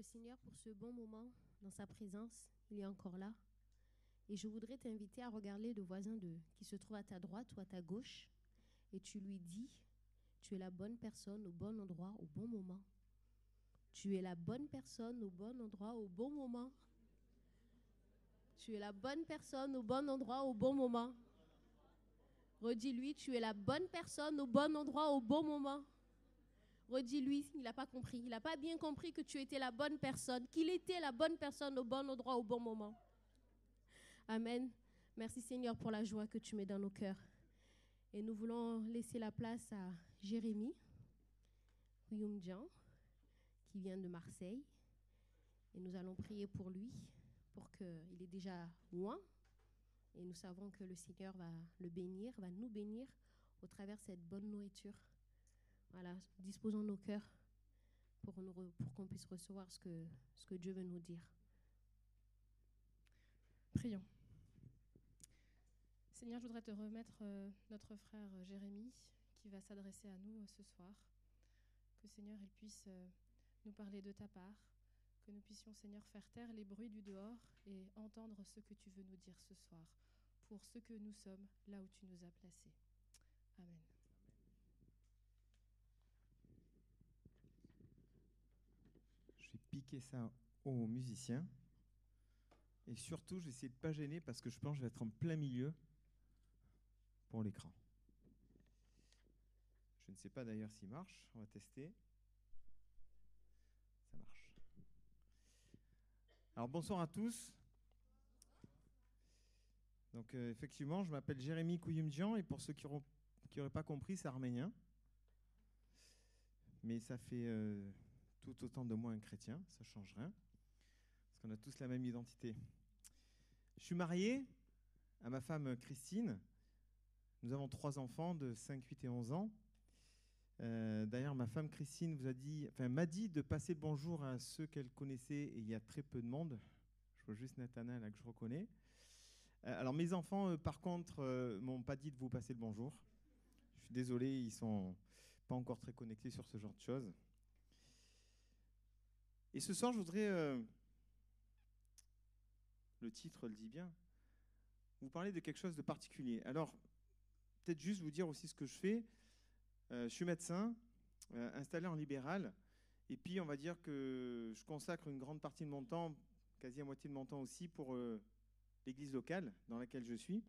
Seigneur pour ce bon moment dans sa présence. Il est encore là. Et je voudrais t'inviter à regarder le voisin qui se trouve à ta droite ou à ta gauche. Et tu lui dis, tu es la bonne personne au bon endroit au bon moment. Tu es la bonne personne au bon endroit au bon moment. Tu es la bonne personne au bon endroit au bon moment. Redis-lui, tu es la bonne personne au bon endroit au bon moment. Redis-lui, il n'a pas compris. Il n'a pas bien compris que tu étais la bonne personne, qu'il était la bonne personne au bon endroit au bon moment. Amen. Merci Seigneur pour la joie que tu mets dans nos cœurs. Et nous voulons laisser la place à Jérémy Kouyumdjian, qui vient de Marseille. Et nous allons prier pour lui, pour qu'il est déjà loin. Et nous savons que le Seigneur va le bénir, va nous bénir au travers de cette bonne nourriture. Voilà, disposons nos cœurs pour qu'on puisse recevoir ce que Dieu veut nous dire. Prions. Seigneur, je voudrais te remettre notre frère Jérémy qui va s'adresser à nous ce soir. Que Seigneur, il puisse nous parler de ta part, que nous puissions, Seigneur, faire taire les bruits du dehors et entendre ce que tu veux nous dire ce soir pour ce que nous sommes là où tu nous as placés. Amen. Je vais piquer ça aux musiciens. Et surtout, je vais essayer de ne pas gêner parce que je pense que je vais être en plein milieu pour l'écran. Je ne sais pas d'ailleurs s'il marche. On va tester. Ça marche. Alors bonsoir à tous. Donc effectivement, je m'appelle Jérémy Kouyumdjian et pour ceux qui n'auraient pas compris, c'est arménien. Mais ça fait tout autant de moi un chrétien, ça ne change rien. Parce qu'on a tous la même identité. Je suis marié à ma femme Christine. Nous avons 3 enfants de 5, 8 et 11 ans. D'ailleurs, ma femme Christine m'a dit de passer le bonjour à ceux qu'elle connaissait et il y a très peu de monde. Je vois juste Nathanaël là que je reconnais. Alors mes enfants, par contre, m'ont pas dit de vous passer le bonjour. Je suis désolé, ils sont pas encore très connectés sur ce genre de choses. Et ce soir, je voudrais, le titre le dit bien, vous parler de quelque chose de particulier. Alors, peut-être juste vous dire aussi ce que je fais. Je suis médecin, installé en libéral, et puis on va dire que je consacre une grande partie de mon temps, quasi à moitié de mon temps aussi, pour l'église locale dans laquelle je suis.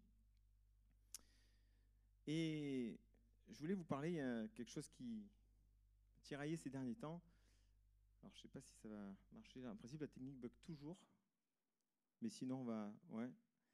Et je voulais vous parler, il y a quelque chose qui tiraillait ces derniers temps. Alors je ne sais pas si ça va marcher. En principe, la technique bug toujours. Mais sinon, on va... Ouais.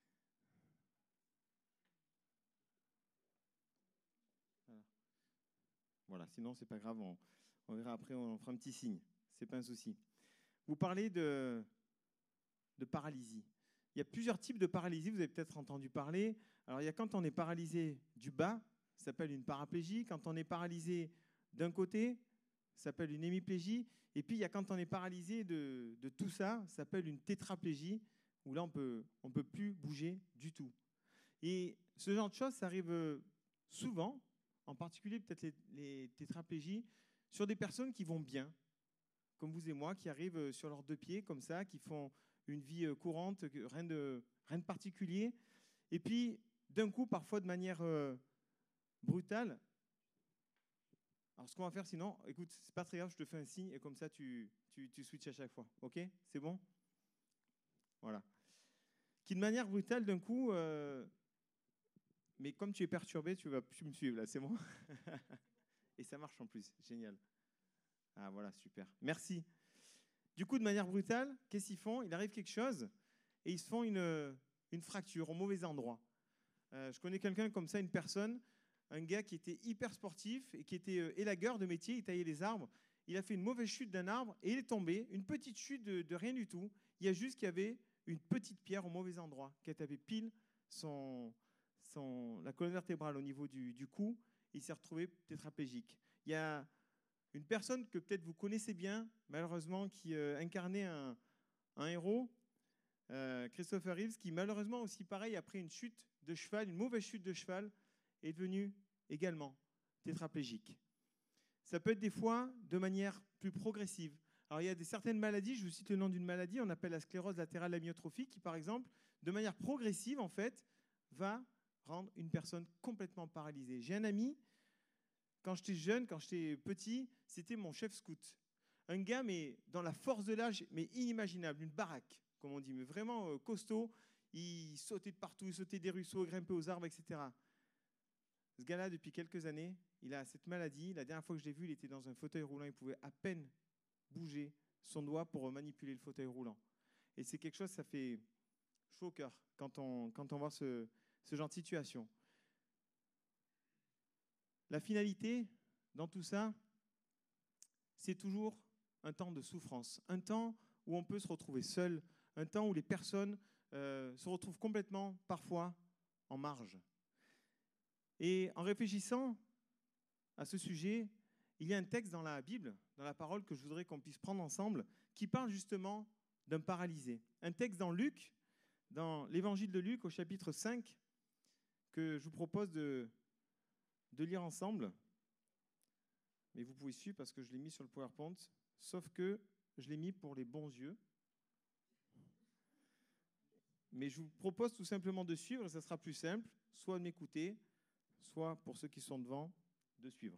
Voilà, sinon, c'est pas grave. On verra après, on fera un petit signe. C'est pas un souci. Vous parlez de paralysie. Il y a plusieurs types de paralysie, vous avez peut-être entendu parler. Alors, il y a quand on est paralysé du bas, ça s'appelle une paraplégie. Quand on est paralysé d'un côté, ça s'appelle une hémiplégie. Et puis, il y a quand on est paralysé de tout ça, ça s'appelle une tétraplégie, où là, on peut plus bouger du tout. Et ce genre de choses, ça arrive souvent, en particulier peut-être les tétraplégies, sur des personnes qui vont bien, comme vous et moi, qui arrivent sur leurs 2 pieds, comme ça, qui font une vie courante, rien de particulier. Et puis, d'un coup, parfois de manière brutale. Alors, ce qu'on va faire sinon, écoute, c'est pas très grave, je te fais un signe et comme ça, tu switches à chaque fois. OK? C'est bon? Voilà. Qui de manière brutale, d'un coup, mais comme tu es perturbé, tu vas plus me suivre là, c'est bon? Et ça marche en plus, génial. Ah voilà, super. Merci. Du coup, de manière brutale, qu'est-ce qu'ils font? Il arrive quelque chose et ils se font une fracture au mauvais endroit. Je connais quelqu'un comme ça, une personne, un gars qui était hyper sportif et qui était élagueur de métier, il taillait les arbres. Il a fait une mauvaise chute d'un arbre et il est tombé, une petite chute de rien du tout. Il y a juste qu'il y avait une petite pierre au mauvais endroit qui a tapé pile la colonne vertébrale au niveau du cou. Il s'est retrouvé tétraplégique. Il y a une personne que peut-être vous connaissez bien, malheureusement, qui incarnait un héros, Christopher Reeves, qui malheureusement aussi pareil, après une chute de cheval, une mauvaise chute de cheval, est devenu également tétraplégique. Ça peut être des fois de manière plus progressive. Alors, il y a certaines maladies, je vous cite le nom d'une maladie, on appelle la sclérose latérale amyotrophique, qui, par exemple, de manière progressive, en fait, va rendre une personne complètement paralysée. J'ai un ami, quand j'étais jeune, quand j'étais petit, c'était mon chef scout. Un gars, mais dans la force de l'âge, mais inimaginable, une baraque, comme on dit, mais vraiment costaud. Il sautait de partout, il sautait des ruisseaux, grimpait aux arbres, etc. Ce gars-là, depuis quelques années, il a cette maladie. La dernière fois que je l'ai vu, il était dans un fauteuil roulant. Il pouvait à peine bouger son doigt pour manipuler le fauteuil roulant. Et c'est quelque chose, ça fait chaud au cœur quand on voit ce genre de situation. La finalité dans tout ça, c'est toujours un temps de souffrance, un temps où on peut se retrouver seul, un temps où les personnes se retrouvent complètement, parfois, en marge. Et en réfléchissant à ce sujet, il y a un texte dans la Bible, dans la parole, que je voudrais qu'on puisse prendre ensemble, qui parle justement d'un paralysé. Un texte dans Luc, dans l'évangile de Luc, au chapitre 5, que je vous propose de lire ensemble. Mais vous pouvez suivre parce que je l'ai mis sur le PowerPoint, sauf que je l'ai mis pour les bons yeux. Mais je vous propose tout simplement de suivre, et ça sera plus simple, soit de m'écouter, soit pour ceux qui sont devant, de suivre.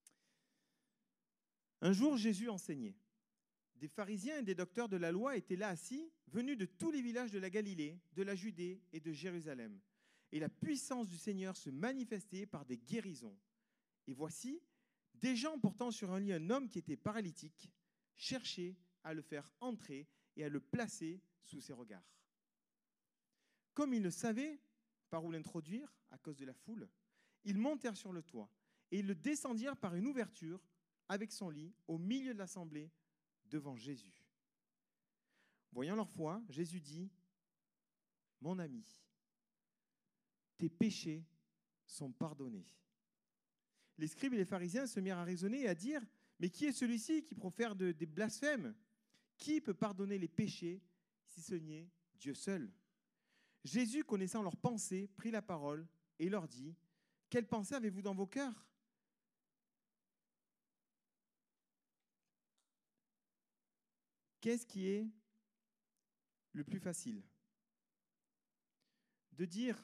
Un jour, Jésus enseignait. Des pharisiens et des docteurs de la loi étaient là assis, venus de tous les villages de la Galilée, de la Judée et de Jérusalem. Et la puissance du Seigneur se manifestait par des guérisons. Et voici, des gens portant sur un lit un homme qui était paralytique cherchaient à le faire entrer et à le placer sous ses regards. Comme ils ne savaient par où l'introduire à cause de la foule, ils montèrent sur le toit et ils le descendirent par une ouverture avec son lit au milieu de l'assemblée devant Jésus. Voyant leur foi, Jésus dit : « Mon ami, tes péchés sont pardonnés. » Les scribes et les pharisiens se mirent à raisonner et à dire : « Mais qui est celui-ci qui profère des blasphèmes ? Qui peut pardonner les péchés si ce n'est Dieu seul ?» Jésus, connaissant leurs pensées, prit la parole et leur dit : « Quelles pensées avez-vous dans vos cœurs ? Qu'est-ce qui est le plus facile ? De dire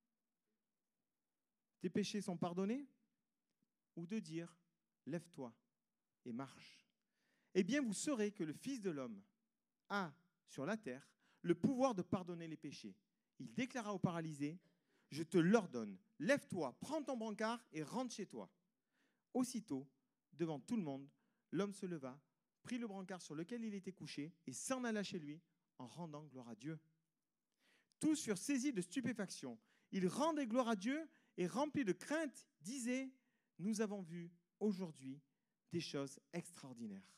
tes péchés sont pardonnés ou de dire lève-toi et marche ? Eh bien, vous saurez que le Fils de l'homme a sur la terre le pouvoir de pardonner les péchés. Il déclara au paralysé : je te l'ordonne, lève-toi, prends ton brancard et rentre chez toi. Aussitôt, devant tout le monde, l'homme se leva, prit le brancard sur lequel il était couché et s'en alla chez lui en rendant gloire à Dieu. Tous furent saisis de stupéfaction. Ils rendaient gloire à Dieu et, remplis de crainte, disaient : nous avons vu aujourd'hui des choses extraordinaires.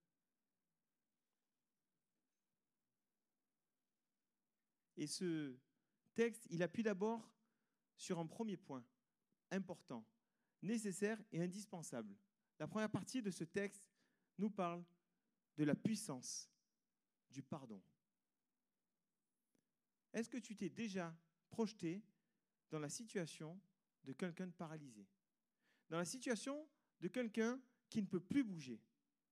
Et ce texte, il appuie d'abord sur un premier point important, nécessaire et indispensable. La première partie de ce texte nous parle de la puissance du pardon. Est-ce que tu t'es déjà projeté dans la situation de quelqu'un de paralysé ? Dans la situation de quelqu'un qui ne peut plus bouger ?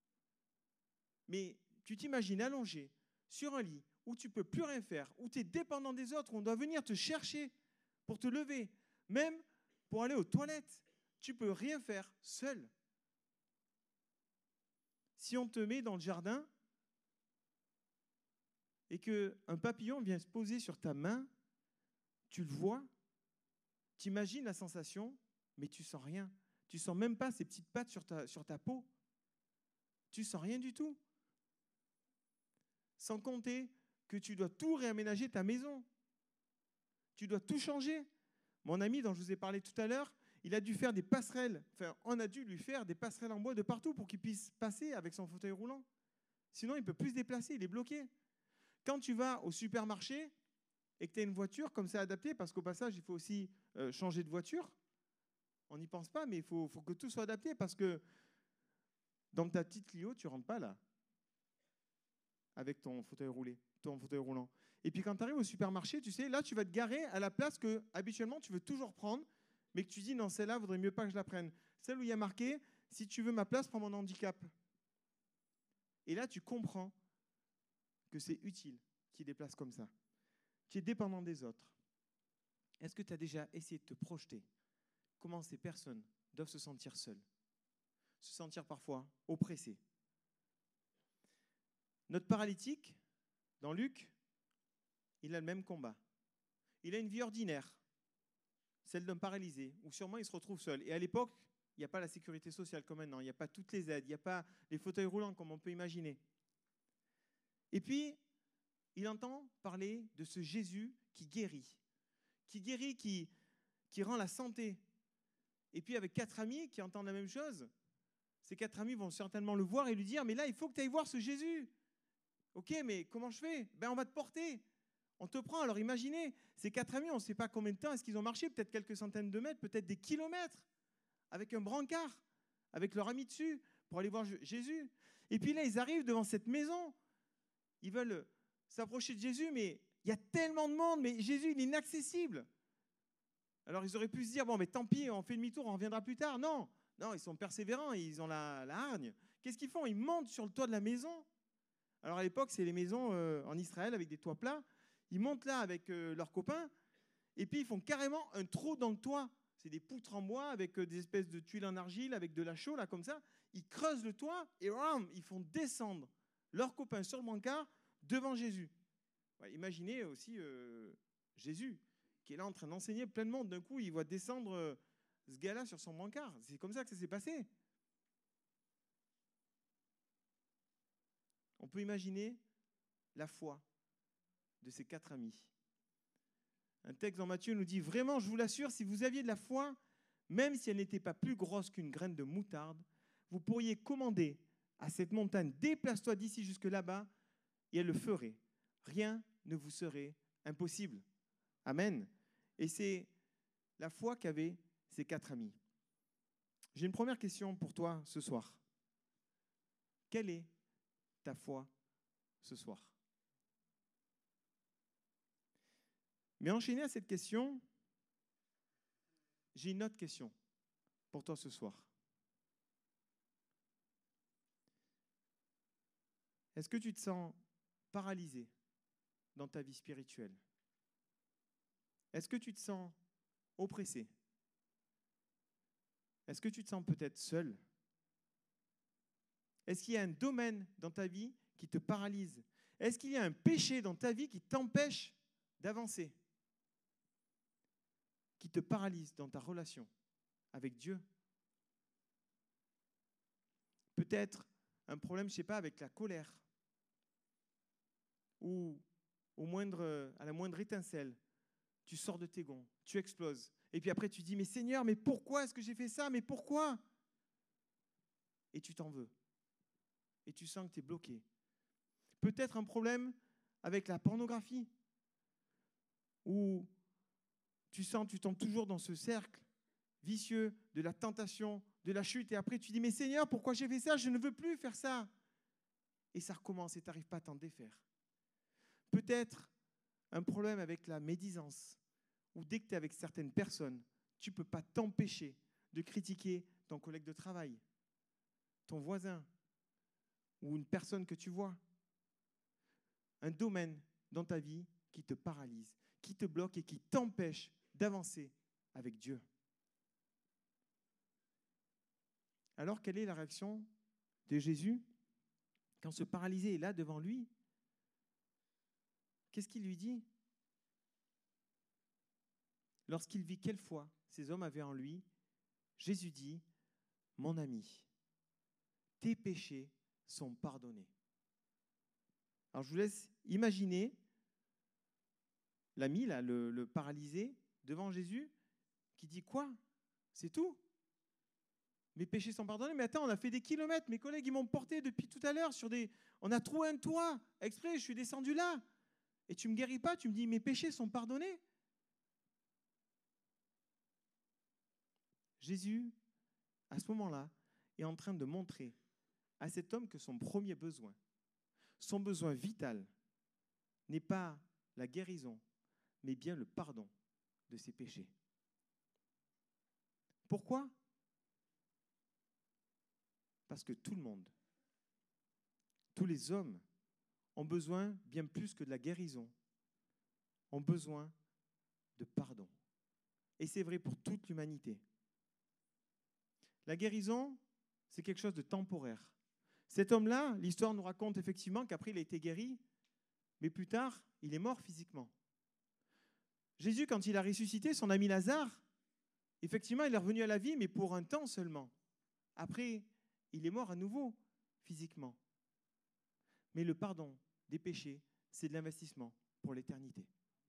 Mais tu t'imagines allongé sur un lit où tu ne peux plus rien faire, où tu es dépendant des autres, où on doit venir te chercher pour te lever, même pour aller aux toilettes. Tu ne peux rien faire seul. Si on te met dans le jardin et qu'un papillon vient se poser sur ta main, tu le vois, tu imagines la sensation, mais tu ne sens rien. Tu ne sens même pas ses petites pattes sur ta peau. Tu ne sens rien du tout. Sans compter que tu dois tout réaménager ta maison. Tu dois tout changer. Mon ami dont je vous ai parlé tout à l'heure, il a dû faire des passerelles. Enfin, on a dû lui faire des passerelles en bois de partout pour qu'il puisse passer avec son fauteuil roulant. Sinon, il ne peut plus se déplacer, il est bloqué. Quand tu vas au supermarché et que tu as une voiture, comme c'est adapté, parce qu'au passage, il faut aussi changer de voiture. On n'y pense pas, mais il faut que tout soit adapté, parce que dans ta petite Clio, tu ne rentres pas là, avec ton fauteuil roulant. Et puis quand tu arrives au supermarché, tu sais, là, tu vas te garer à la place que habituellement tu veux toujours prendre, mais que tu dis, non, celle-là, il vaudrait mieux pas que je la prenne. Celle où il y a marqué, si tu veux ma place, prends mon handicap. Et là, tu comprends que c'est utile qu'il déplace comme ça. Tu es dépendant des autres. Est-ce que tu as déjà essayé de te projeter comment ces personnes doivent se sentir seules, se sentir parfois oppressées? Notre paralytique, dans Luc, il a le même combat. Il a une vie ordinaire, celle d'un paralysé, où sûrement il se retrouve seul. Et à l'époque, il n'y a pas la sécurité sociale comme maintenant, il n'y a pas toutes les aides, il n'y a pas les fauteuils roulants comme on peut imaginer. Et puis, il entend parler de ce Jésus qui guérit, qui rend la santé. Et puis avec 4 amis qui entendent la même chose, ces 4 amis vont certainement le voir et lui dire « Mais là, il faut que tu ailles voir ce Jésus. » Ok, mais comment je fais? On va te porter. On te prend. Alors imaginez, ces 4 amis, on ne sait pas combien de temps est-ce qu'ils ont marché, peut-être quelques centaines de mètres, peut-être des kilomètres, avec un brancard, avec leur ami dessus, pour aller voir Jésus. Et puis là, ils arrivent devant cette maison. Ils veulent s'approcher de Jésus, mais il y a tellement de monde, mais Jésus, il est inaccessible. Alors ils auraient pu se dire, bon, mais tant pis, on fait demi-tour, on reviendra plus tard. Non, ils sont persévérants, ils ont la hargne. Qu'est-ce qu'ils font? Ils montent sur le toit de la maison. Alors à l'époque, c'est les maisons en Israël avec des toits plats. Ils montent là avec leurs copains, et puis ils font carrément un trou dans le toit. C'est des poutres en bois avec des espèces de tuiles en argile, avec de la chaux, là, comme ça. Ils creusent le toit, et ils font descendre leurs copains sur le brancard devant Jésus. Ouais, imaginez aussi Jésus, qui est là en train d'enseigner plein de monde. D'un coup, il voit descendre ce gars-là sur son brancard. C'est comme ça que ça s'est passé. On peut imaginer la foi de ces 4 amis. Un texte dans Matthieu nous dit, vraiment, je vous l'assure, si vous aviez de la foi, même si elle n'était pas plus grosse qu'une graine de moutarde, vous pourriez commander à cette montagne, déplace-toi d'ici jusque là-bas, et elle le ferait. Rien ne vous serait impossible. Amen. Et c'est la foi qu'avaient ces 4 amis. J'ai une première question pour toi ce soir. Quelle est ta foi ce soir? Mais enchaîné à cette question, j'ai une autre question pour toi ce soir. Est-ce que tu te sens paralysé dans ta vie spirituelle? Est-ce que tu te sens oppressé? Est-ce que tu te sens peut-être seul? Est-ce qu'il y a un domaine dans ta vie qui te paralyse? Est-ce qu'il y a un péché dans ta vie qui t'empêche d'avancer? Qui te paralyse dans ta relation avec Dieu? Peut-être un problème, je ne sais pas, avec la colère. Ou à la moindre étincelle, tu sors de tes gonds, tu exploses. Et puis après, tu dis, mais Seigneur, mais pourquoi est-ce que j'ai fait ça? Mais pourquoi? Et tu t'en veux. Et tu sens que tu es bloqué. Peut-être un problème avec la pornographie. Ou tu tombes toujours dans ce cercle vicieux de la tentation, de la chute. Et après, tu dis, mais Seigneur, pourquoi j'ai fait ça? Je ne veux plus faire ça. Et ça recommence et tu n'arrives pas à t'en défaire. Peut-être un problème avec la médisance, où dès que tu es avec certaines personnes, tu ne peux pas t'empêcher de critiquer ton collègue de travail, ton voisin, ou une personne que tu vois. Un domaine dans ta vie qui te paralyse, qui te bloque et qui t'empêche d'avancer avec Dieu. Alors, quelle est la réaction de Jésus quand ce paralysé est là devant lui? Qu'est-ce qu'il lui dit? Lorsqu'il vit quelle foi ces hommes avaient en lui, Jésus dit, « Mon ami, tes péchés sont pardonnés. » Alors je vous laisse imaginer l'ami, là, le paralysé, devant Jésus, qui dit quoi? C'est tout? Mes péchés sont pardonnés? Mais attends, on a fait des kilomètres, mes collègues ils m'ont porté depuis tout à l'heure sur des... On a trouvé un toit, exprès, je suis descendu là. Et tu ne me guéris pas, tu me dis mes péchés sont pardonnés? Jésus, à ce moment-là, est en train de montrer à cet homme que son premier besoin, son besoin vital, n'est pas la guérison, mais bien le pardon de ses péchés. Pourquoi? Parce que tout le tous les hommes ont besoin, bien plus que de la guérison, ont besoin de pardon. Et c'est vrai pour toute l'humanité. La guérison, c'est quelque chose de temporaire. Cet homme-là, l'histoire nous raconte effectivement qu'après il a été guéri, mais plus tard, il est mort physiquement. Jésus, quand il a ressuscité son ami Lazare, effectivement, il est revenu à la vie, mais pour un temps seulement. Après, il est mort à nouveau physiquement. Mais le pardon des péchés, c'est de l'investissement pour l'éternité.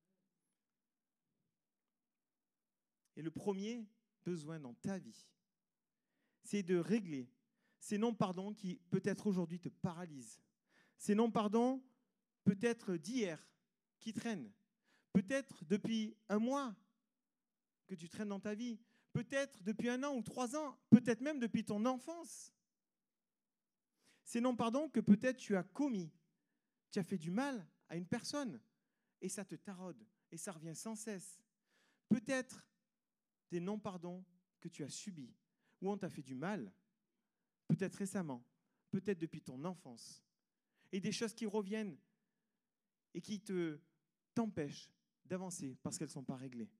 Et le premier besoin dans ta vie, c'est de régler ces non-pardons qui peut-être aujourd'hui te paralysent. Ces non-pardons peut-être d'hier qui traînent. Peut-être depuis un mois que tu traînes dans ta vie. Peut-être depuis 1 an ou 3 ans. Peut-être même depuis ton enfance. Ces non-pardons que peut-être tu as commis. Tu as fait du mal à une personne et ça te taraude et ça revient sans cesse. Peut-être des non-pardons que tu as subis ou on t'a fait du mal, peut-être récemment, peut-être depuis ton enfance, et des choses qui reviennent et qui t'empêchent d'avancer parce qu'elles ne sont pas réglées.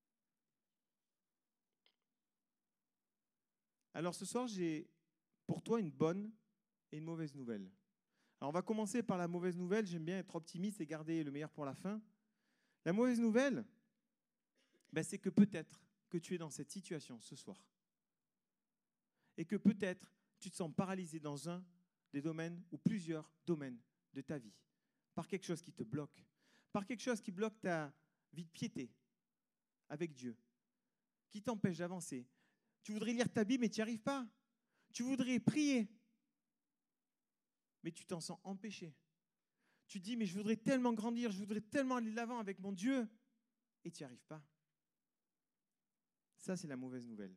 Alors ce soir, j'ai pour toi une bonne et une mauvaise nouvelle. Alors on va commencer par la mauvaise nouvelle. J'aime bien être optimiste et garder le meilleur pour la fin. La mauvaise nouvelle, c'est que peut-être que tu es dans cette situation ce soir. Et que peut-être tu te sens paralysé dans un des domaines ou plusieurs domaines de ta vie. Par quelque chose qui te bloque. Par quelque chose qui bloque ta vie de piété avec Dieu. Qui t'empêche d'avancer. Tu voudrais lire ta Bible mais tu n'y arrives pas. Tu voudrais prier mais tu t'en sens empêché. Tu te dis mais je voudrais tellement grandir, je voudrais tellement aller de l'avant avec mon Dieu et tu n'y arrives pas. Ça, c'est la mauvaise nouvelle.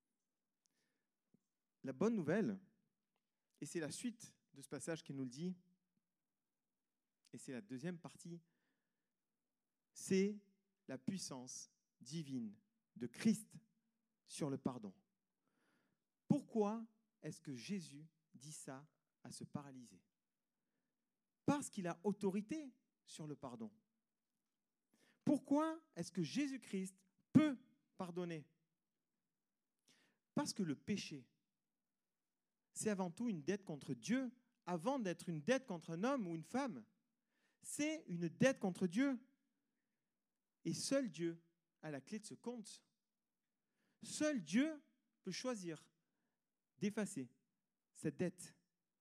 La bonne nouvelle, et c'est la suite de ce passage qui nous le dit, et c'est la deuxième partie, c'est la puissance divine de Christ sur le pardon. Pourquoi est-ce que Jésus dit ça à ce paralysé? Parce qu'il a autorité sur le pardon. Pourquoi est-ce que Jésus-Christ peut pardonner? Parce que le péché, c'est avant tout une dette contre Dieu, avant d'être une dette contre un homme ou une femme. C'est une dette contre Dieu. Et seul Dieu a la clé de ce compte. Seul Dieu peut choisir d'effacer cette dette.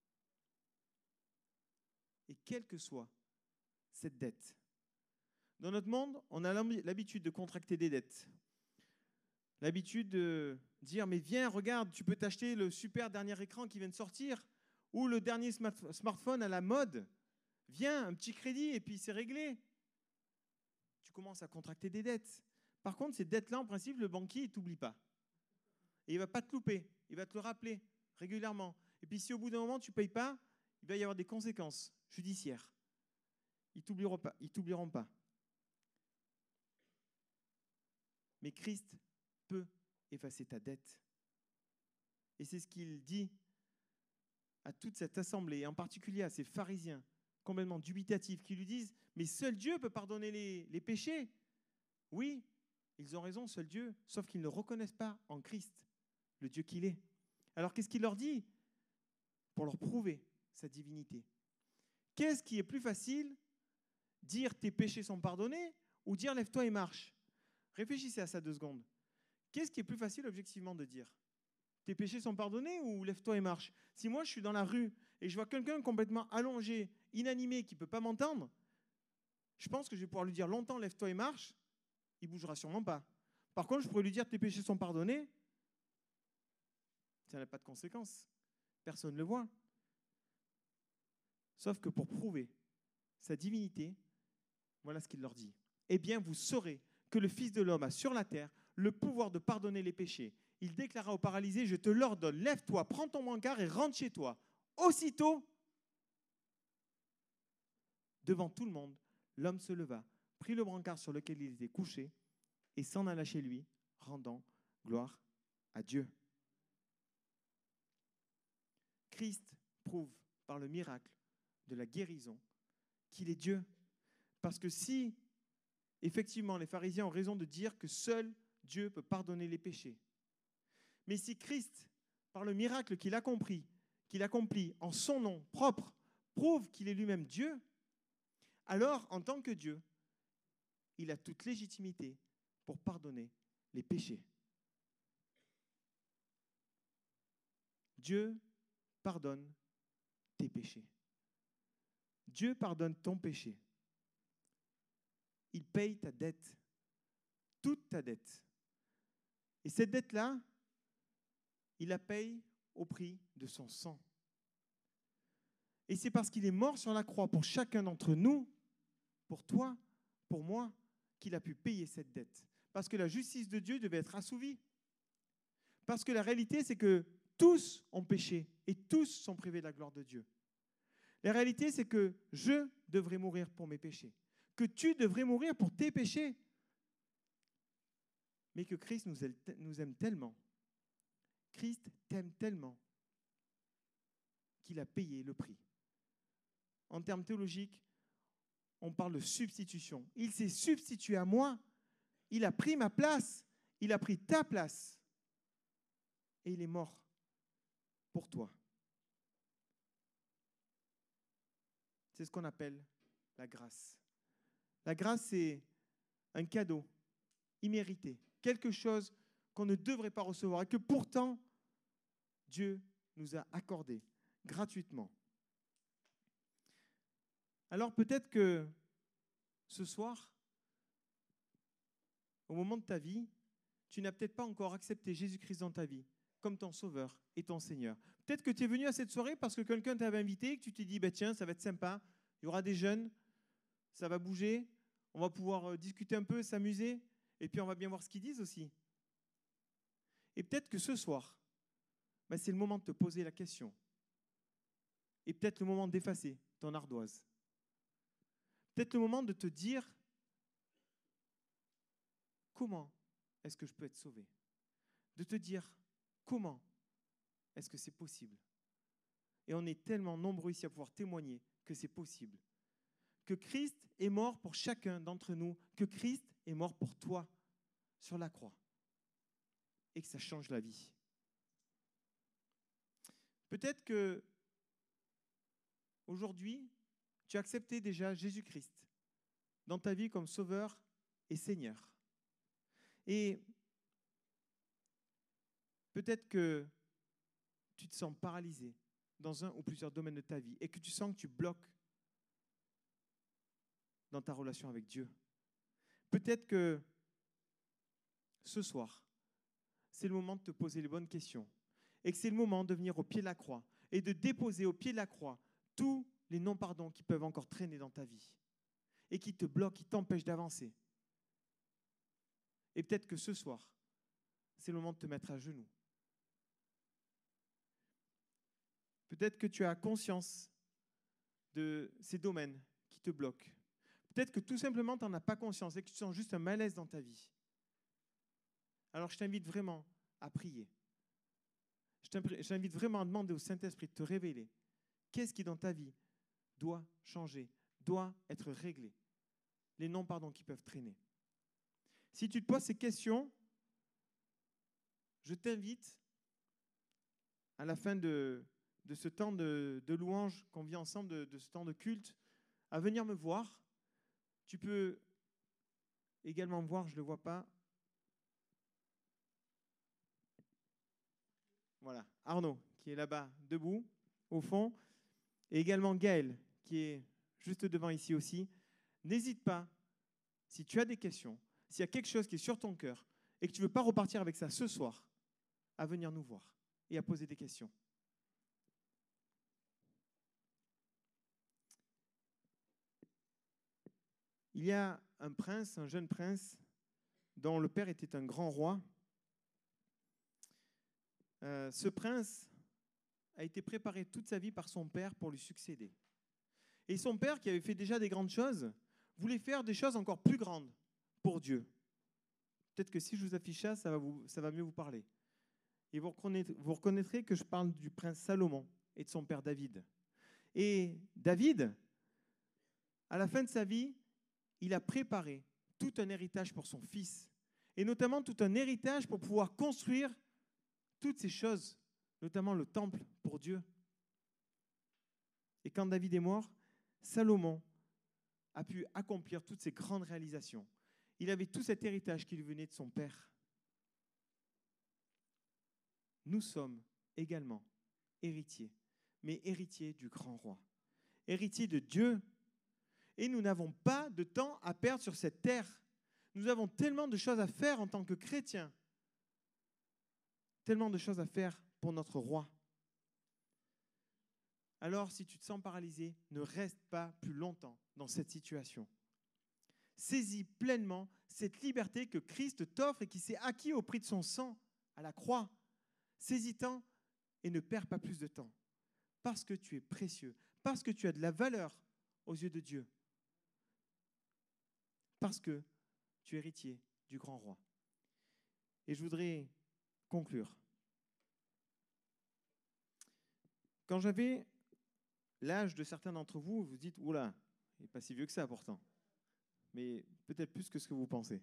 Et quelle que soit cette dette. Dans notre monde, on a l'habitude de contracter des dettes. L'habitude de dire, mais viens, regarde, tu peux t'acheter le super dernier écran qui vient de sortir ou le dernier smartphone à la mode. Viens, un petit crédit et puis c'est réglé. Tu commences à contracter des dettes. Par contre, ces dettes-là, en principe, le banquier, il ne t'oublie pas. Et il ne va pas te louper. Il va te le rappeler régulièrement. Et puis si au bout d'un moment, tu ne payes pas, il va y avoir des conséquences judiciaires. Ils ne t'oublieront pas. Mais Christ peut effacer ta dette. Et c'est ce qu'il dit à toute cette assemblée, et en particulier à ces pharisiens complètement dubitatifs qui lui disent « Mais seul Dieu peut pardonner les péchés !» Oui, ils ont raison, seul Dieu, sauf qu'ils ne reconnaissent pas en Christ le Dieu qu'il est. Alors qu'est-ce qu'il leur dit? Pour leur prouver sa divinité. Qu'est-ce qui est plus facile? Dire tes péchés sont pardonnés ou dire lève-toi et marche? Réfléchissez à ça 2 secondes. Qu'est-ce qui est plus facile objectivement de dire? Tes péchés sont pardonnés ou lève-toi et marche? Si moi je suis dans la rue et je vois quelqu'un complètement allongé, inanimé, qui ne peut pas m'entendre, je pense que je vais pouvoir lui dire longtemps lève-toi et marche, il ne bougera sûrement pas. Par contre, je pourrais lui dire tes péchés sont pardonnés, ça n'a pas de conséquences. Personne ne le voit. Sauf que pour prouver sa divinité, voilà ce qu'il leur dit. Eh bien, vous saurez que le Fils de l'homme a sur la terre le pouvoir de pardonner les péchés. Il déclara au paralysé, je te l'ordonne, lève-toi, prends ton brancard et rentre chez toi. Aussitôt, devant tout le monde, l'homme se leva, prit le brancard sur lequel il était couché et s'en alla chez lui, rendant gloire à Dieu. Christ prouve par le miracle de la guérison, qu'il est Dieu. Parce que si, effectivement, les pharisiens ont raison de dire que seul Dieu peut pardonner les péchés, mais si Christ, par le miracle qu'il accomplit en son nom propre, prouve qu'il est lui-même Dieu, alors, en tant que Dieu, il a toute légitimité pour pardonner les péchés. Dieu pardonne tes péchés. Dieu pardonne ton péché. Il paye ta dette, toute ta dette. Et cette dette-là, il la paye au prix de son sang. Et c'est parce qu'il est mort sur la croix pour chacun d'entre nous, pour toi, pour moi, qu'il a pu payer cette dette. Parce que la justice de Dieu devait être assouvie. Parce que la réalité, c'est que tous ont péché et tous sont privés de la gloire de Dieu. La réalité, c'est que je devrais mourir pour mes péchés, que tu devrais mourir pour tes péchés, mais que Christ nous aime tellement, Christ t'aime tellement qu'il a payé le prix. En termes théologiques, on parle de substitution. Il s'est substitué à moi, il a pris ma place, il a pris ta place et il est mort pour toi. C'est ce qu'on appelle la grâce. La grâce, c'est un cadeau immérité, quelque chose qu'on ne devrait pas recevoir et que pourtant Dieu nous a accordé gratuitement. Alors peut-être que ce soir, au moment de ta vie, tu n'as peut-être pas encore accepté Jésus-Christ dans ta vie comme ton sauveur et ton Seigneur. Peut-être que tu es venu à cette soirée parce que quelqu'un t'avait invité et que tu t'es dit, tiens, ça va être sympa, il y aura des jeunes, ça va bouger, on va pouvoir discuter un peu, s'amuser, et puis on va bien voir ce qu'ils disent aussi. Et peut-être que ce soir, c'est le moment de te poser la question. Et peut-être le moment d'effacer ton ardoise. Peut-être le moment de te dire, comment est-ce que je peux être sauvé ? De te dire, comment est-ce que c'est possible ? Et on est tellement nombreux ici à pouvoir témoigner que c'est possible. Que Christ est mort pour chacun d'entre nous, que Christ est mort pour toi sur la croix. Et que ça change la vie. Peut-être que aujourd'hui, tu as accepté déjà Jésus-Christ dans ta vie comme Sauveur et Seigneur. Et peut-être que tu te sens paralysé dans un ou plusieurs domaines de ta vie et que tu sens que tu bloques dans ta relation avec Dieu. Peut-être que ce soir, c'est le moment de te poser les bonnes questions et que c'est le moment de venir au pied de la croix et de déposer au pied de la croix tous les non-pardons qui peuvent encore traîner dans ta vie et qui te bloquent, qui t'empêchent d'avancer. Et peut-être que ce soir, c'est le moment de te mettre à genoux. Peut-être que tu as conscience de ces domaines qui te bloquent. Peut-être que tout simplement, tu n'en as pas conscience et que tu sens juste un malaise dans ta vie. Alors, je t'invite vraiment à prier. Je t'invite vraiment à demander au Saint-Esprit de te révéler qu'est-ce qui, dans ta vie, doit changer, doit être réglé. Les non-pardons qui peuvent traîner. Si tu te poses ces questions, je t'invite, à la fin de ce temps de louange qu'on vit ensemble, de ce temps de culte, à venir me voir. Tu peux également me voir, je ne le vois pas. Voilà, Arnaud, qui est là-bas, debout, au fond, et également Gaël, qui est juste devant ici aussi. N'hésite pas, si tu as des questions, s'il y a quelque chose qui est sur ton cœur et que tu ne veux pas repartir avec ça ce soir, à venir nous voir et à poser des questions. Il y a un prince, un jeune prince, dont le père était un grand roi. Ce prince a été préparé toute sa vie par son père pour lui succéder. Et son père, qui avait fait déjà des grandes choses, voulait faire des choses encore plus grandes pour Dieu. Peut-être que si je vous affiche ça, ça va mieux vous parler. Et vous reconnaîtrez que je parle du prince Salomon et de son père David. Et David, à la fin de sa vie, il a préparé tout un héritage pour son fils, et notamment tout un héritage pour pouvoir construire toutes ces choses, notamment le temple pour Dieu. Et quand David est mort, Salomon a pu accomplir toutes ces grandes réalisations. Il avait tout cet héritage qui lui venait de son père. Nous sommes également héritiers, mais héritiers du grand roi, héritiers de Dieu. Et nous n'avons pas de temps à perdre sur cette terre. Nous avons tellement de choses à faire en tant que chrétiens, tellement de choses à faire pour notre roi. Alors, si tu te sens paralysé, ne reste pas plus longtemps dans cette situation. Saisis pleinement cette liberté que Christ t'offre et qui s'est acquis au prix de son sang à la croix. Saisis-t'en et ne perds pas plus de temps. Parce que tu es précieux, parce que tu as de la valeur aux yeux de Dieu. Parce que tu es héritier du grand roi. Et je voudrais conclure. Quand j'avais l'âge de certains d'entre vous, vous dites, oula, il n'est pas si vieux que ça pourtant. Mais peut-être plus que ce que vous pensez.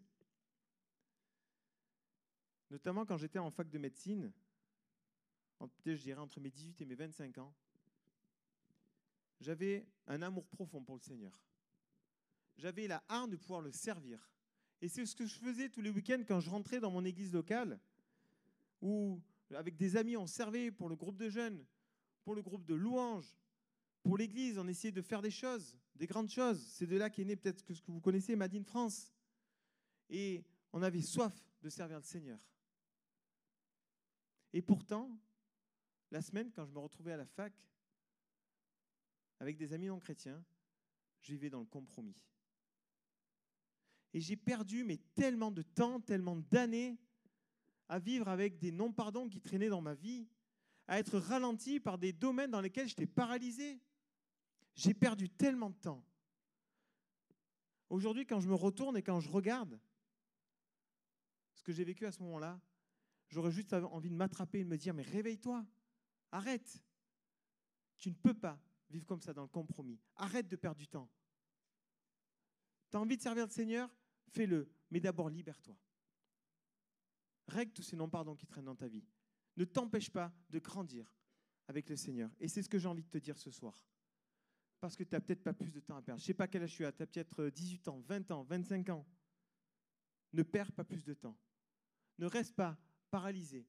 Notamment quand j'étais en fac de médecine, peut-être je dirais entre mes 18 et mes 25 ans, j'avais un amour profond pour le Seigneur. J'avais la hargne de pouvoir le servir. Et c'est ce que je faisais tous les week-ends quand je rentrais dans mon église locale, où avec des amis on servait pour le groupe de jeunes, pour le groupe de louanges, pour l'église, on essayait de faire des choses, des grandes choses. C'est de là qu'est né peut-être ce que vous connaissez, Made in France. Et on avait soif de servir le Seigneur. Et pourtant, la semaine, quand je me retrouvais à la fac, avec des amis non chrétiens, je vivais dans le compromis. Et j'ai perdu tellement de temps, tellement d'années à vivre avec des non-pardons qui traînaient dans ma vie, à être ralenti par des domaines dans lesquels j'étais paralysé. J'ai perdu tellement de temps. Aujourd'hui, quand je me retourne et quand je regarde ce que j'ai vécu à ce moment-là, j'aurais juste envie de m'attraper et de me dire, mais réveille-toi, arrête. Tu ne peux pas vivre comme ça dans le compromis. Arrête de perdre du temps. Tu as envie de servir le Seigneur, fais-le, mais d'abord libère-toi. Règle tous ces non-pardons qui traînent dans ta vie. Ne t'empêche pas de grandir avec le Seigneur. Et c'est ce que j'ai envie de te dire ce soir. Parce que tu n'as peut-être pas plus de temps à perdre. Je ne sais pas quel âge tu as. Tu as peut-être 18 ans, 20 ans, 25 ans. Ne perds pas plus de temps. Ne reste pas paralysé,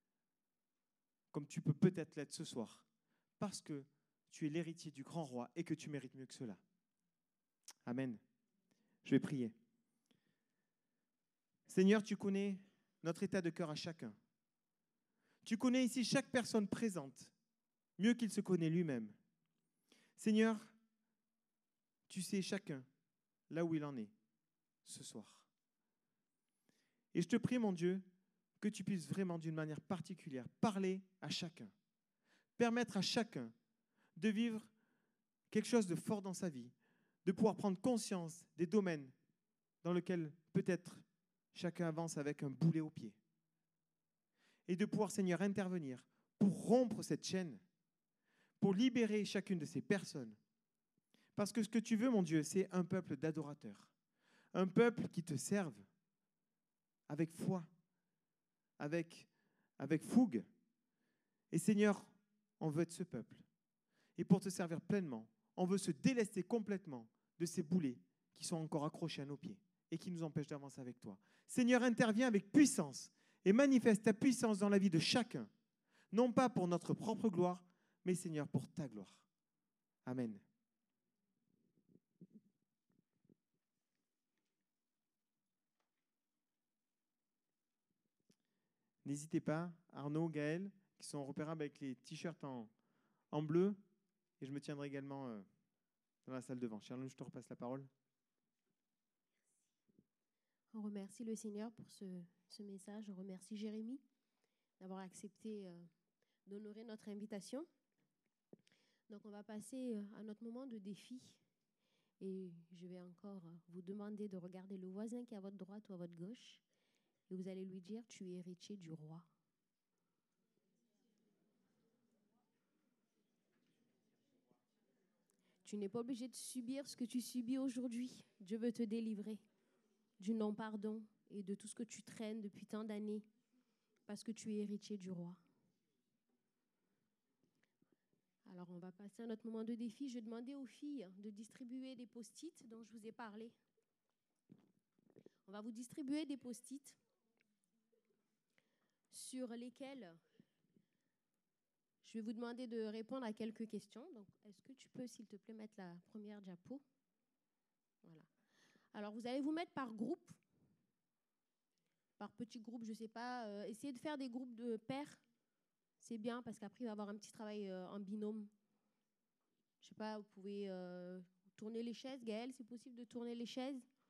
comme tu peux peut-être l'être ce soir, parce que tu es l'héritier du grand roi et que tu mérites mieux que cela. Amen. Je vais prier. Seigneur, tu connais notre état de cœur à chacun. Tu connais ici chaque personne présente, mieux qu'il se connaît lui-même. Seigneur, tu sais chacun là où il en est ce soir. Et je te prie, mon Dieu, que tu puisses vraiment, d'une manière particulière, parler à chacun. Permettre à chacun de vivre quelque chose de fort dans sa vie, de pouvoir prendre conscience des domaines dans lesquels peut-être chacun avance avec un boulet au pied. Et de pouvoir, Seigneur, intervenir pour rompre cette chaîne, pour libérer chacune de ces personnes. Parce que ce que tu veux, mon Dieu, c'est un peuple d'adorateurs, un peuple qui te serve avec foi, avec fougue. Et Seigneur, on veut être ce peuple. Et pour te servir pleinement, on veut se délester complètement de ces boulets qui sont encore accrochés à nos pieds et qui nous empêchent d'avancer avec toi. Seigneur, interviens avec puissance et manifeste ta puissance dans la vie de chacun, non pas pour notre propre gloire, mais Seigneur, pour ta gloire. Amen. N'hésitez pas, Arnaud, Gaël, qui sont repérables avec les t-shirts en bleu, et je me tiendrai également dans la salle devant. Charles, je te repasse la parole. On remercie le Seigneur pour ce message. On remercie Jérémie d'avoir accepté d'honorer notre invitation. Donc, on va passer à notre moment de défi. Et je vais encore vous demander de regarder le voisin qui est à votre droite ou à votre gauche. Et vous allez lui dire, tu es héritier du roi. Tu n'es pas obligé de subir ce que tu subis aujourd'hui. Dieu veut te délivrer du non-pardon et de tout ce que tu traînes depuis tant d'années parce que tu es héritier du roi. Alors, on va passer à notre moment de défi. Je vais demander aux filles de distribuer des post-it dont je vous ai parlé. On va vous distribuer des post-it sur lesquels je vais vous demander de répondre à quelques questions. Donc, est-ce que tu peux, s'il te plaît, mettre la première diapo? Voilà. Alors, vous allez vous mettre par groupe, par petits groupes, je ne sais pas. Essayez de faire des groupes de pairs. C'est bien parce qu'après, il va y avoir un petit travail en binôme. Je ne sais pas, vous pouvez tourner les chaises. Gaëlle, c'est possible de tourner les chaises?